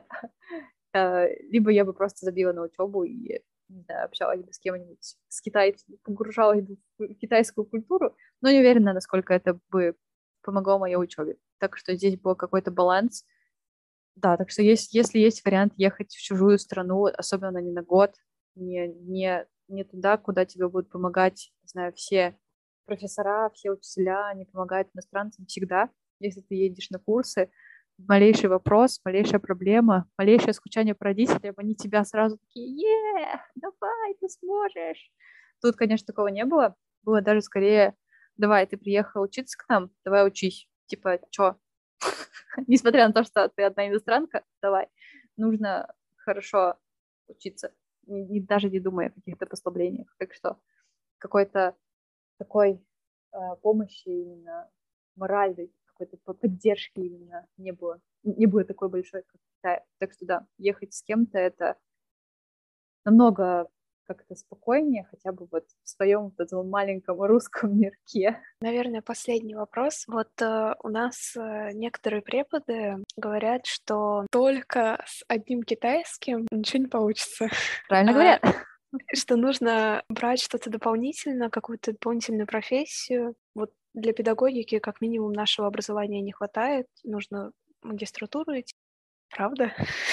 [SPEAKER 3] Либо я бы просто забила на учебу и, не знаю, общалась бы с кем-нибудь, с китайцами, погружалась бы в китайскую культуру, но не уверена, насколько это бы помогло моей учебе. Так что здесь был какой-то баланс. Да, так что есть, если есть вариант ехать в чужую страну, особенно не на год, не, не, не туда, куда тебе будут помогать, не знаю, все профессора, все учителя, они помогают иностранцам всегда. Если ты едешь на курсы, малейший вопрос, малейшая проблема, малейшее скучание по родителям, они тебя сразу такие: е, давай, ты сможешь. Тут, конечно, такого не было. Было даже скорее: давай, ты приехал учиться к нам, давай учись. Типа, чё? Несмотря на то, что ты одна иностранка, давай, нужно хорошо учиться, не, не, даже не думая о каких-то послаблениях. Так что какой-то такой э, помощи именно моральной, какой-то поддержки именно не было. Не было такой большой, как в Китае. Так что да, ехать с кем-то — это намного как-то спокойнее, хотя бы вот в своем вот этом маленьком русском мирке.
[SPEAKER 2] Наверное, последний вопрос. Вот э, у нас э, некоторые преподы говорят, что только с одним китайским ничего не получится.
[SPEAKER 3] Правильно
[SPEAKER 2] А,
[SPEAKER 3] говорят?
[SPEAKER 2] Что нужно брать что-то дополнительно, какую-то дополнительную профессию. Вот для педагогики как минимум нашего образования не хватает. Нужно магистратуру идти. Правда?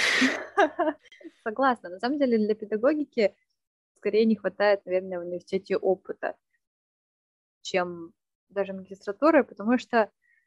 [SPEAKER 3] Согласна. На самом деле для педагогики скорее не хватает, наверное, в университете опыта, чем даже магистратуры, потому что,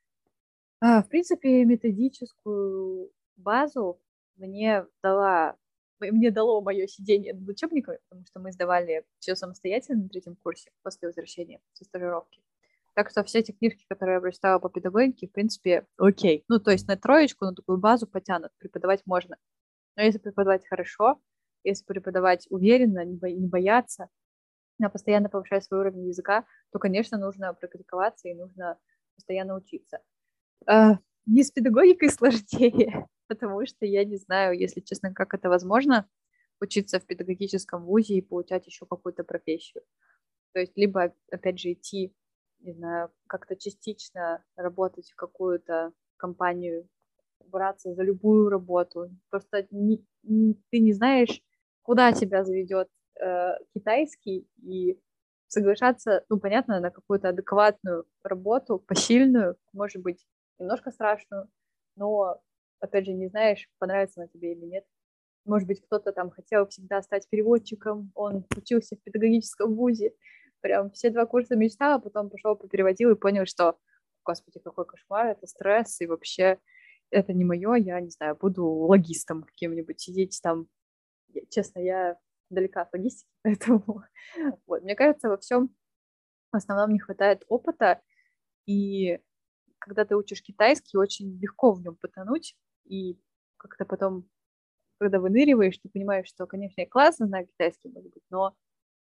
[SPEAKER 3] в принципе, методическую базу мне дала, мне дало мое сидение над учебниками, потому что мы сдавали все самостоятельно на третьем курсе после возвращения со стажировки. Так что все эти книжки, которые я прочитала по педагогике, в принципе, окей. Ну, то есть на троечку, на такую базу потянут, преподавать можно. Но если преподавать хорошо, если преподавать уверенно, не, бо- не бояться, а постоянно повышать свой уровень языка, то, конечно, нужно практиковаться и нужно постоянно учиться. А, не с педагогикой сложнее, потому что я не знаю, если честно, как это возможно, учиться в педагогическом вузе и получать еще какую-то профессию. То есть либо, опять же, идти, не знаю, как-то частично работать в какую-то компанию, браться за любую работу. Просто не, не, ты не знаешь, куда тебя заведет э, китайский, и соглашаться, ну, понятно, на какую-то адекватную работу, посильную, может быть, немножко страшную, но, опять же, не знаешь, понравится она тебе или нет. Может быть, кто-то там хотел всегда стать переводчиком, он учился в педагогическом вузе, прям все два курса мечтал, а потом пошел попереводил и понял, что, господи, какой кошмар, это стресс, и вообще это не мое, я, не знаю, буду логистом каким-нибудь сидеть там. Честно, я далека от логистики, поэтому вот. Мне кажется, во всем в основном не хватает опыта, и когда ты учишь китайский, очень легко в нем потонуть, и как-то потом, когда выныриваешь, ты понимаешь, что, конечно, я классно знаю китайский, может быть, но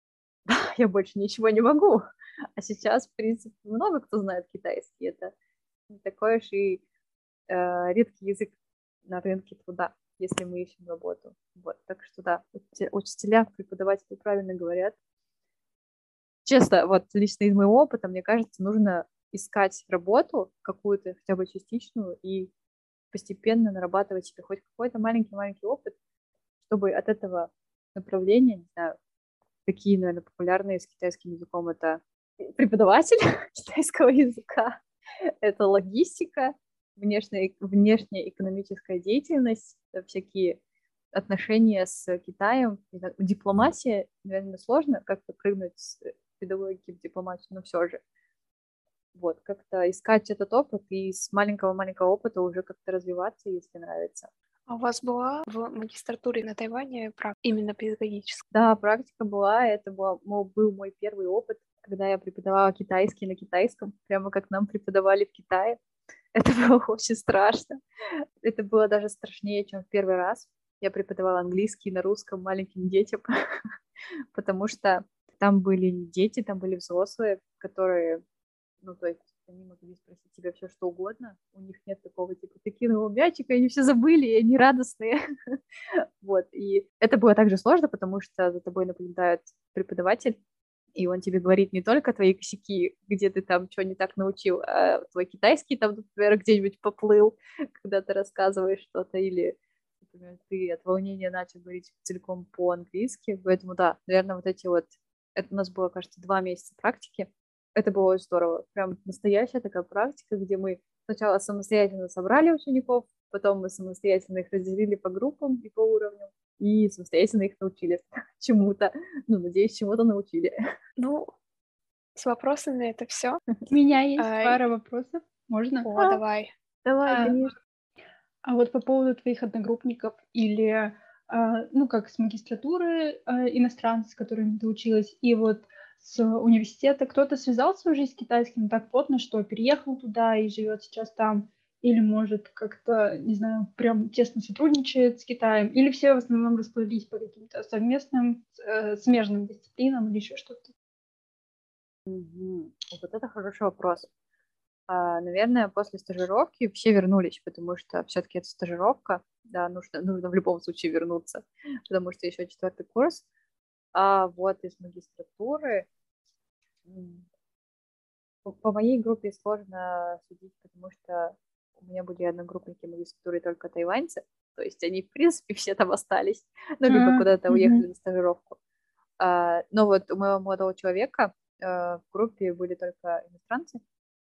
[SPEAKER 3] я больше ничего не могу. А сейчас, в принципе, много кто знает китайский. Это не такой уж и э, редкий язык на рынке труда, если мы ищем работу. Вот. Так что да, учителя, преподаватели правильно говорят. Честно, вот лично из моего опыта, мне кажется, нужно искать работу какую-то, хотя бы частичную, и постепенно нарабатывать себе хоть какой-то маленький-маленький опыт, чтобы от этого направления, не знаю, какие, наверное, популярные с китайским языком, это преподаватель китайского языка, это логистика, внешняя, внешняя экономическая деятельность, всякие отношения с Китаем, дипломатия, наверное, сложно как-то прыгнуть с педагогики в дипломатию, но все же. Вот, как-то искать этот опыт и с маленького-маленького опыта уже как-то развиваться, если нравится.
[SPEAKER 2] А у вас была в магистратуре на Тайване практика именно педагогическая?
[SPEAKER 3] Да, практика была, это был, был мой первый опыт, когда я преподавала китайский на китайском, прямо как нам преподавали в Китае. Это было очень страшно. Это было даже страшнее, чем в первый раз. Я преподавала английский на русском маленьким детям, потому что там были не дети, там были взрослые, которые, ну, то есть они могли спросить тебя все, что угодно. У них нет такого, типа, ты кинул мячик, и они все забыли, и они радостные. Вот, и это было также сложно, потому что за тобой наблюдает преподаватель, и он тебе говорит не только твои косяки, где ты там что не так научил, а твой китайский там, например, где-нибудь поплыл, когда ты рассказываешь что-то, или, например, ты от волнения начал говорить целиком по-английски. Поэтому, да, наверное, вот эти вот... Это у нас было, кажется, два месяца практики. Это было очень здорово. Прям настоящая такая практика, где мы сначала самостоятельно собрали учеников, потом мы самостоятельно их разделили по группам и по уровням, и самостоятельно их научили чему-то. Ну, надеюсь, чему-то научили.
[SPEAKER 2] Ну, с вопросами это все.
[SPEAKER 4] У меня есть
[SPEAKER 2] Ай.
[SPEAKER 4] пара вопросов. Можно?
[SPEAKER 2] О,
[SPEAKER 3] А,
[SPEAKER 2] давай.
[SPEAKER 3] Давай,
[SPEAKER 4] А,
[SPEAKER 3] конечно.
[SPEAKER 4] А вот по поводу твоих одногруппников или, а, ну, как с магистратуры а, иностранцы, с которыми ты училась, и вот с университета, кто-то связал свою жизнь с китайским так плотно, что переехал туда и живет сейчас там, или, может, как-то, не знаю, прям тесно сотрудничает с Китаем, или все в основном расплылись по каким-то совместным, э, смежным дисциплинам или еще что-то?
[SPEAKER 3] Мгм. Вот это хороший вопрос. А, наверное, после стажировки все вернулись, потому что все-таки это стажировка, да, нужно, нужно в любом случае вернуться, потому что еще четвертый курс. А вот из магистратуры по, по моей группе сложно судить, потому что у меня были одногруппники магистратуры только тайваньцы, то есть они, в принципе, все там остались, ну, либо
[SPEAKER 4] А,
[SPEAKER 3] куда-то
[SPEAKER 4] мгм.
[SPEAKER 3] уехали на стажировку. А, но вот у моего молодого человека а, в группе были только иностранцы,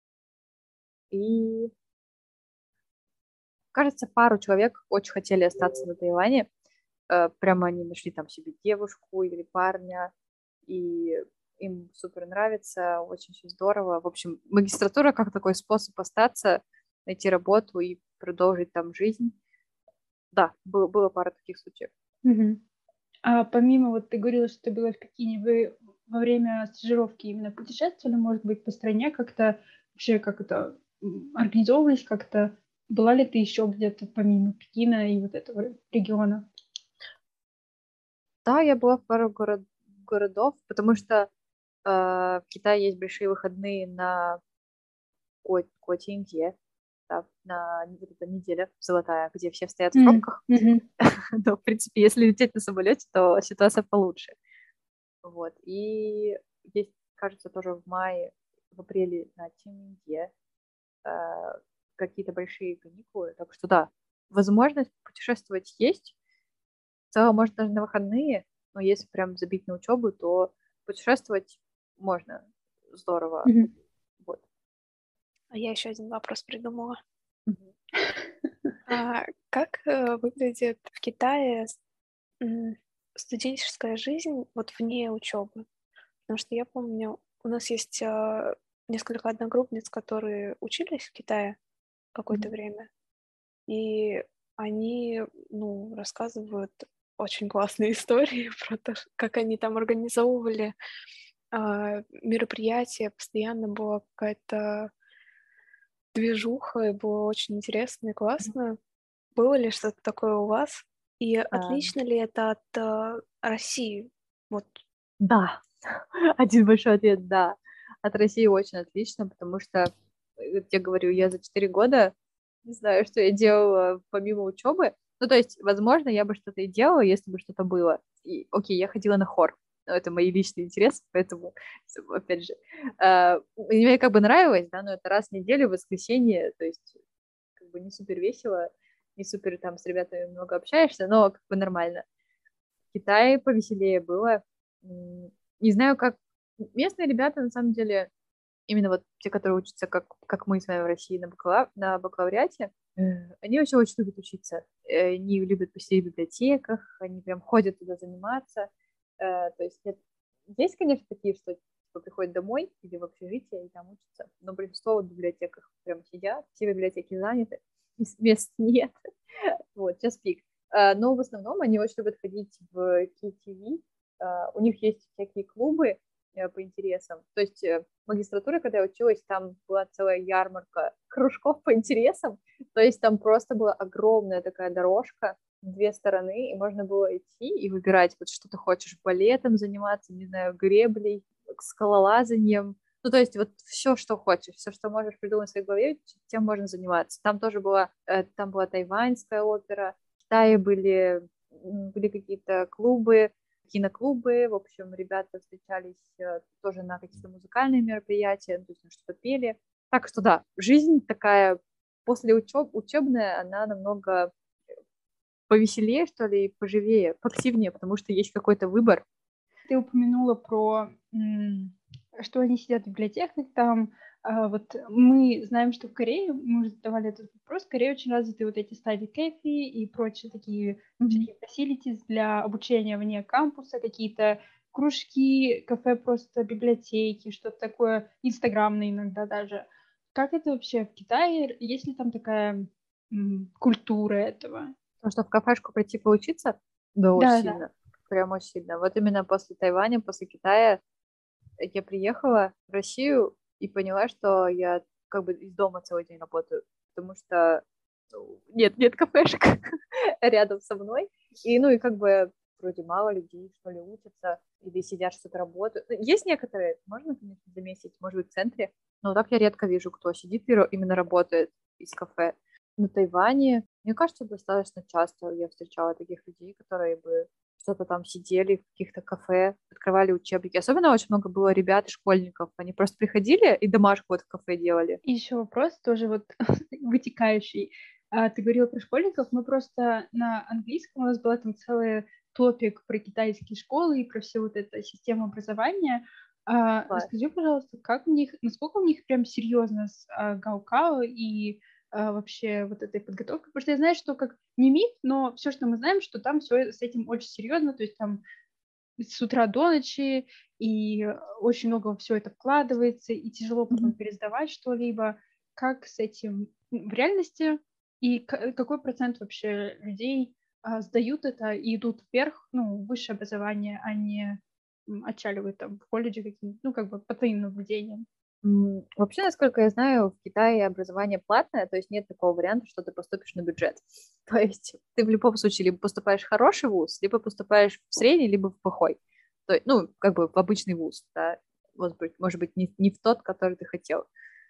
[SPEAKER 3] и, кажется, пару человек очень хотели остаться на Тайване, а, прямо они нашли там себе девушку или парня, и им супер нравится, очень все здорово. В общем, магистратура как такой способ остаться, найти работу и продолжить там жизнь. Да, было, было пара таких случаев.
[SPEAKER 4] Мгм. А помимо, вот ты говорила, что ты была в Пекине, вы во время стажировки именно путешествовали, может быть, по стране как-то, вообще как это м, организовывались как-то? Была ли ты еще где-то помимо Пекина и вот этого региона?
[SPEAKER 3] Да, я была в пару город, городов, потому что э, в Китае есть большие выходные на Ко- Котинге, да, на вот эта неделя золотая, где все стоят в
[SPEAKER 4] М,
[SPEAKER 3] пробках.
[SPEAKER 4] мгм.
[SPEAKER 3] Но, в принципе, если лететь на самолете, то ситуация получше. Вот. И есть, кажется, тоже в мае, в апреле на Тиминге э, какие-то большие каникулы. Так что да, возможность путешествовать есть. В целом, может, даже на выходные, но если прям забить на учебу, то путешествовать можно. Здорово.
[SPEAKER 4] Мгм.
[SPEAKER 3] Вот.
[SPEAKER 2] А я еще один вопрос придумала.
[SPEAKER 3] Мгм.
[SPEAKER 2] А как э, выглядит в Китае с- м, студенческая жизнь вот вне учебы? Потому что я помню, у нас есть а, несколько одногруппниц, которые учились в Китае какое-то
[SPEAKER 3] Мгм.
[SPEAKER 2] время, и они, ну, рассказывают очень классные истории про то, ш- как они там организовывали а, мероприятия, постоянно была какая-то движуха, и было очень интересно и классно. Было ли что-то такое у вас? И
[SPEAKER 3] А,
[SPEAKER 2] отлично ли это от а, России? Вот.
[SPEAKER 3] да, один большой ответ, да. От России очень отлично, потому что, э, вот я говорю, я за четыре года не знаю, что я делала помимо учебы. Ну, то есть, возможно, я бы что-то и делала, если бы что-то было. И, окей, я ходила на хор. Но это мои личные интересы, поэтому, опять же, э, мне как бы нравилось, да, но это раз в неделю, в воскресенье, то есть, как бы не супер весело, не супер там с ребятами много общаешься, но как бы нормально. В Китае повеселее было. М, Не знаю, как местные ребята, на самом деле, именно вот те, которые учатся, как, как мы с вами в России на, бакала- на бакалавриате, э, они вообще очень любят учиться. Э, Они любят посидеть в библиотеках, они прям ходят туда заниматься. Э, То есть нет- есть, конечно, такие, что типа, приходят домой или в общежитие и там учатся, но большинство вот в библиотеках прям сидят, все библиотеки заняты, мест нет. Вот, сейчас пик. А, Но в основном они очень любят ходить в кей ти ви. А, У них есть всякие клубы э, по интересам. То есть э, магистратура, когда я училась, там была целая ярмарка кружков по интересам. То есть там просто была огромная такая дорожка, две стороны, и можно было идти и выбирать, вот что ты хочешь, балетом заниматься, не знаю, греблей, скалолазанием. Ну, то есть вот все, что хочешь, все, что можешь придумать в своей голове, тем можно заниматься. Там тоже была, э, там была тайваньская опера, в Китае были, м, были какие-то клубы, киноклубы, в общем, ребята встречались э, тоже на какие-то музыкальные мероприятия, то есть ну, что-то пели. Так что да, жизнь такая после учеб, учебная, она намного повеселее, что ли, и поживее, поактивнее, потому что есть какой-то выбор.
[SPEAKER 4] Ты упомянула про, м, что они сидят в библиотеках там. А вот мы знаем, что в Корее, мы уже задавали этот вопрос, в Корее очень развиты вот эти study cafe и прочие такие
[SPEAKER 3] Мгм.
[SPEAKER 4] всякие facilities для обучения вне кампуса, какие-то кружки, кафе, просто библиотеки, что-то такое, инстаграмные иногда даже. Как это вообще в Китае? Есть ли там такая м, культура этого?
[SPEAKER 3] Потому что в кафешку прийти поучиться, да, очень
[SPEAKER 4] Да, да.
[SPEAKER 3] сильно, прям очень сильно. Вот именно после Тайваня, после Китая я приехала в Россию и поняла, что я как бы из дома целый день работаю, потому что ну, нет, нет кафешек рядом со мной. И, ну, и как бы вроде мало людей, что ли, учатся или сидят, что-то работают. Ну, есть некоторые, можно, конечно, заметить, может быть, в центре, но так я редко вижу, кто сидит и ро- именно работает из кафе. На Тайване, мне кажется, достаточно часто я встречала таких людей, которые бы что-то там сидели в каких-то кафе, открывали учебники. Особенно очень много было ребят и школьников. Они просто приходили и домашку вот в кафе делали.
[SPEAKER 4] И еще вопрос тоже вот вытекающий. А, ты говорила про школьников, мы просто на английском у нас была там целый топик про китайские школы и про всю вот эту систему образования. А,
[SPEAKER 3] Класс.
[SPEAKER 4] расскажи, пожалуйста, как у них, насколько у них прям серьезно с а, Гаокао и а, вообще вот этой подготовкой? Потому что я знаю, что как не миф, но все, что мы знаем, что там все с этим очень серьезно, то есть там с утра до ночи, и очень много все это вкладывается, и тяжело потом
[SPEAKER 3] Мгм.
[SPEAKER 4] пересдавать что-либо. Как с этим м, в реальности? И к- какой процент вообще людей а, сдают это и идут вверх, ну, в высшее образование, а не м, отчаливают там в колледже какие-нибудь, ну, как бы по твоим наблюдениям?
[SPEAKER 3] М, Вообще, насколько я знаю, в Китае образование платное, то есть нет такого варианта, что ты поступишь на бюджет. То есть ты в любом случае либо поступаешь в хороший вуз, либо поступаешь в средний, либо в плохой. То есть, ну, как бы в обычный вуз, да. Может быть, может быть не, не в тот, который ты хотел.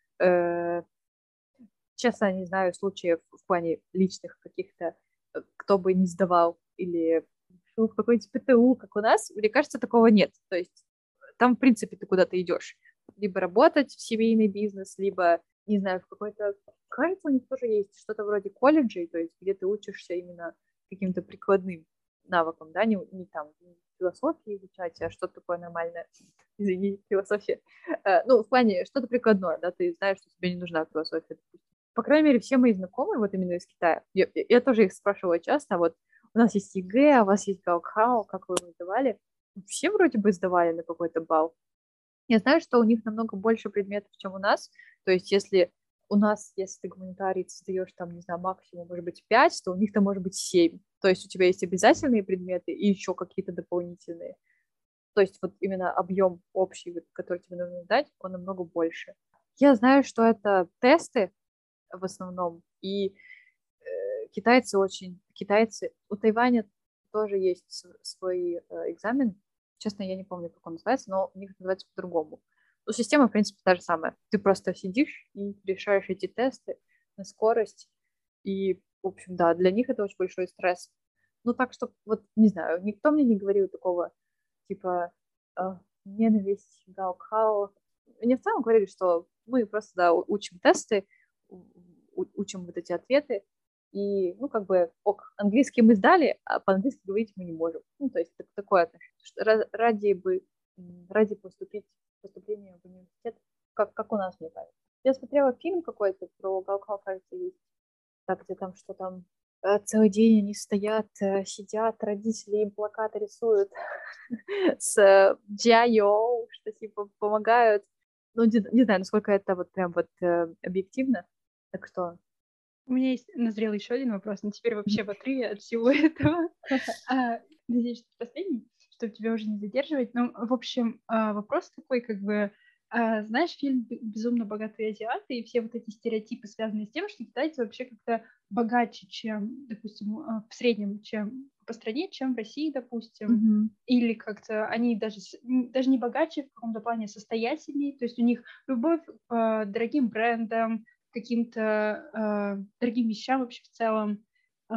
[SPEAKER 3] Э, Честно, не знаю случаев в плане личных каких-то, э, кто бы не сдавал или шел в какой-нибудь ПТУ, как у нас. Мне кажется, такого нет. То есть там, в принципе, ты куда-то идешь. Либо работать в семейный бизнес, либо, не знаю, в какой-то... Кажется, у них тоже есть что-то вроде колледжей, то есть где ты учишься именно каким-то прикладным навыкам, да, не, не там не философии изучать, а что-то такое нормальное. Извини, философия. Э, Ну, в плане что-то прикладное, да, ты знаешь, что тебе не нужна философия, допустим. По крайней мере, все мои знакомые, вот именно из Китая, я, я тоже их спрашивала часто, а вот у нас есть ЕГЭ, а у вас есть Гаокхао, как вы его сдавали? Все вроде бы сдавали на какой-то балл. Я знаю, что у них намного больше предметов, чем у нас. То есть если у нас, если ты гуманитарий, ты сдаешь там, не знаю, максимум, может быть, пять, то у них там может быть семь. То есть у тебя есть обязательные предметы и еще какие-то дополнительные. То есть вот именно объем общий, вот, который тебе нужно сдать, он намного больше. Я знаю, что это тесты в основном, и э, китайцы очень... Китайцы... У Тайваня тоже есть с- свой э, экзамен. Честно, я не помню, как он называется, но у них называется по-другому. Но система, в принципе, та же самая. Ты просто сидишь и решаешь эти тесты на скорость. И, в общем, да, для них это очень большой стресс. Ну, так что, вот, не знаю, никто мне не говорил такого, типа, э, ненависть, гаокхао. Мне в целом говорили, что мы просто, да, у- учим тесты, у- у- учим вот эти ответы, и, ну, как бы, ок, английский мы сдали, а по-английски говорить мы не можем. Ну, то есть так- такое отношение. Что ра- Ради бы, м, ради поступить, поступления в университет, как, как у нас, мне кажется. Я смотрела фильм какой-то про Гаокхао, кажется, есть, так, где там что там э, целый день они стоят, э, сидят, родители им плакаты рисуют с э, Джайо, что типа помогают. Ну, не, не знаю, насколько это вот прям вот э, объективно. Так что...
[SPEAKER 4] У меня есть назрел еще один вопрос, но теперь вообще в отрыве от всего этого. А, надеюсь, что это последний, чтобы тебя уже не задерживать. Ну, в общем, а, вопрос такой, как бы, а, знаешь, фильм «Б- «Безумно богатые азиаты» и все вот эти стереотипы, связанные с тем, что китайцы вообще как-то богаче, чем, допустим, а, в среднем, чем по стране, чем в России, допустим.
[SPEAKER 3] Мгм.
[SPEAKER 4] Или как-то они даже, с- м, даже не богаче, в каком-то плане состоятельнее. То есть у них любовь к дорогим брендам, каким-то э, дорогим вещам вообще в целом, э,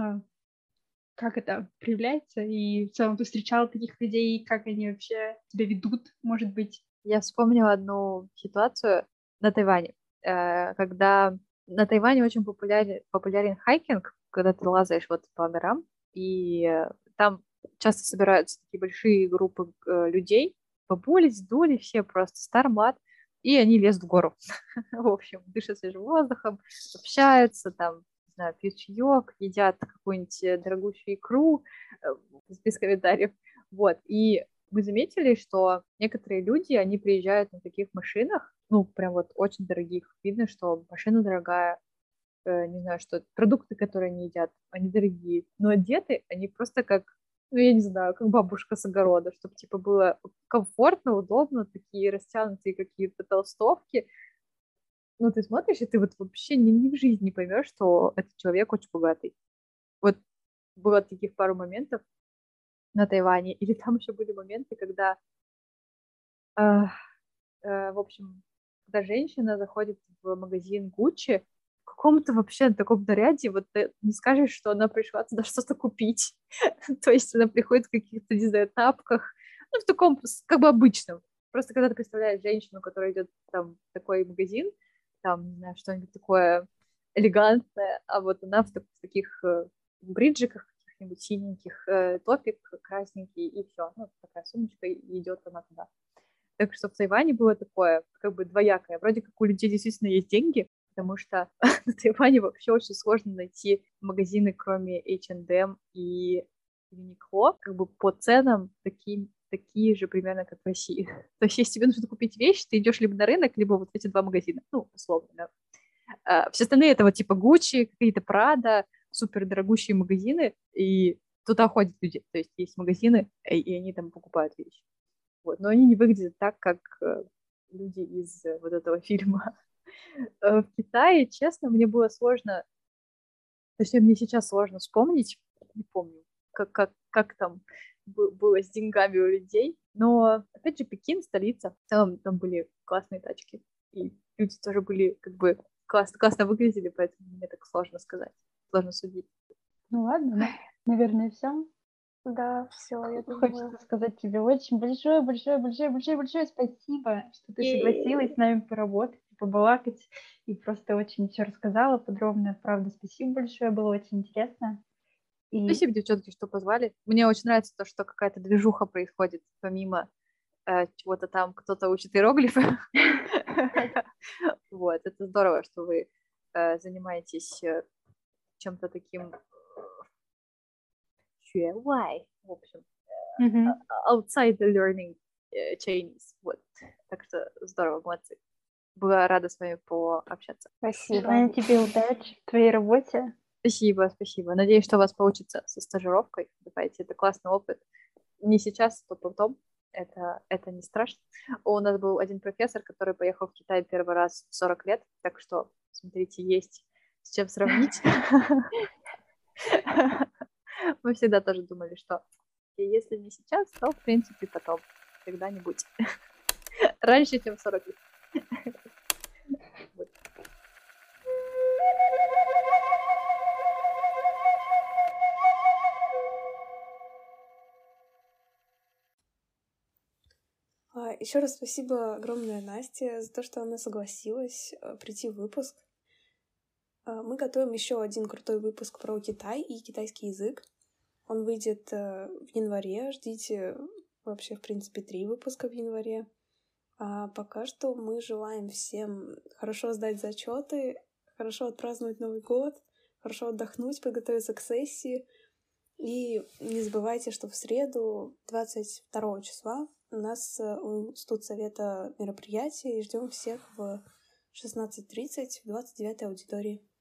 [SPEAKER 4] как это проявляется, и в целом ты встречал таких людей, как они вообще себя ведут, может быть.
[SPEAKER 3] Я вспомнила одну ситуацию на Тайване, э, когда на Тайване очень популярен, популярен хайкинг, когда ты лазаешь вот по горам, и э, там часто собираются такие большие группы э, людей, бабули, дедули, все просто стармат, и они лезут в гору. В общем, дышат свежим воздухом, общаются, там, не знаю, пьют чаек, едят какую-нибудь э, дорогущую икру, э, без комментариев. Вот, и мы заметили, что некоторые люди, они приезжают на таких машинах, ну, прям вот очень дорогих. Видно, что машина дорогая, э, не знаю, что продукты, которые они едят, они дорогие. Но одеты они просто как, ну, я не знаю, как бабушка с огорода, чтобы, типа, было комфортно, удобно, такие растянутые какие-то толстовки. Ну, ты смотришь, и ты вот вообще ни, ни в жизни не поймешь, что этот человек очень богатый. Вот было таких пару моментов на Тайване. Или там еще были моменты, когда э, э, в общем, когда женщина заходит в магазин Гуччи, в каком-то вообще таком наряде, вот ты не скажешь, что она пришла туда что-то купить. То есть она приходит в каких-то, не знаю, тапках, ну, в таком, как бы обычном. Просто когда ты представляешь женщину, которая идет там в такой магазин, там, не знаю, что-нибудь такое элегантное, а вот она в, так, в таких э, бриджиках каких-нибудь синеньких, э, топик красненький, и все. Ну, такая сумочка, и идет она туда. Так что в Тайване было такое, как бы двоякое. Вроде как у людей действительно есть деньги, потому что на Тайване вообще очень сложно найти магазины, кроме эйч энд эм и Uniqlo, как бы по ценам таким, такие же примерно, как в России. То есть, если тебе нужно купить вещь, ты идешь либо на рынок, либо вот в эти два магазина. Ну, условно, да. А все остальные это вот типа Gucci, какие-то Prada, супер дорогущие магазины, и туда ходят люди. То есть есть магазины, и они там покупают вещи. Вот. Но они не выглядят так, как люди из вот этого фильма. В Китае, честно, мне было сложно, точнее, мне сейчас сложно вспомнить, не помню, как, как, как там было с деньгами у людей, но, опять же, Пекин, столица, там, там были классные тачки, и люди тоже были, как бы, классно, классно выглядели, поэтому мне так сложно сказать, сложно судить.
[SPEAKER 4] Ну ладно, да. Наверное, все.
[SPEAKER 2] Да, все, я думаю.
[SPEAKER 4] Хочется сказать тебе очень большое, большое, большое, большое, большое спасибо, что ты согласилась с нами поработать, побалакать, и просто очень все рассказала подробно. Правда, спасибо большое, было очень интересно.
[SPEAKER 3] И... Спасибо, девчонки, что позвали. Мне очень нравится то, что какая-то движуха происходит, помимо э, чего-то там, кто-то учит иероглифы. Вот, это здорово, что вы занимаетесь чем-то таким в общем, outside the learning Chinese. Вот, так что здорово, молодцы. Была рада с вами пообщаться.
[SPEAKER 2] Спасибо.
[SPEAKER 4] Желаю тебе удачи в твоей работе.
[SPEAKER 3] Спасибо, спасибо. Надеюсь, что у вас получится со стажировкой. Давайте, это классный опыт. Не сейчас, то потом. Это, это не страшно. У нас был один профессор, который поехал в Китай первый раз в сорок лет, так что, смотрите, есть с чем сравнить. Мы всегда тоже думали, что если не сейчас, то, в принципе, потом, когда-нибудь. Раньше, чем в сорок лет. Вот.
[SPEAKER 1] Еще раз спасибо огромное Насте за то, что она согласилась прийти в выпуск. Мы готовим еще один крутой выпуск про Китай и китайский язык. Он выйдет в январе. Ждите вообще, в принципе, три выпуска в январе. А пока что мы желаем всем хорошо сдать зачеты, хорошо отпраздновать Новый год, хорошо отдохнуть, подготовиться к сессии. И не забывайте, что в среду, двадцать второго числа, у нас у студсовета мероприятие, и ждем всех в шестнадцать тридцать в двадцать девятой аудитории.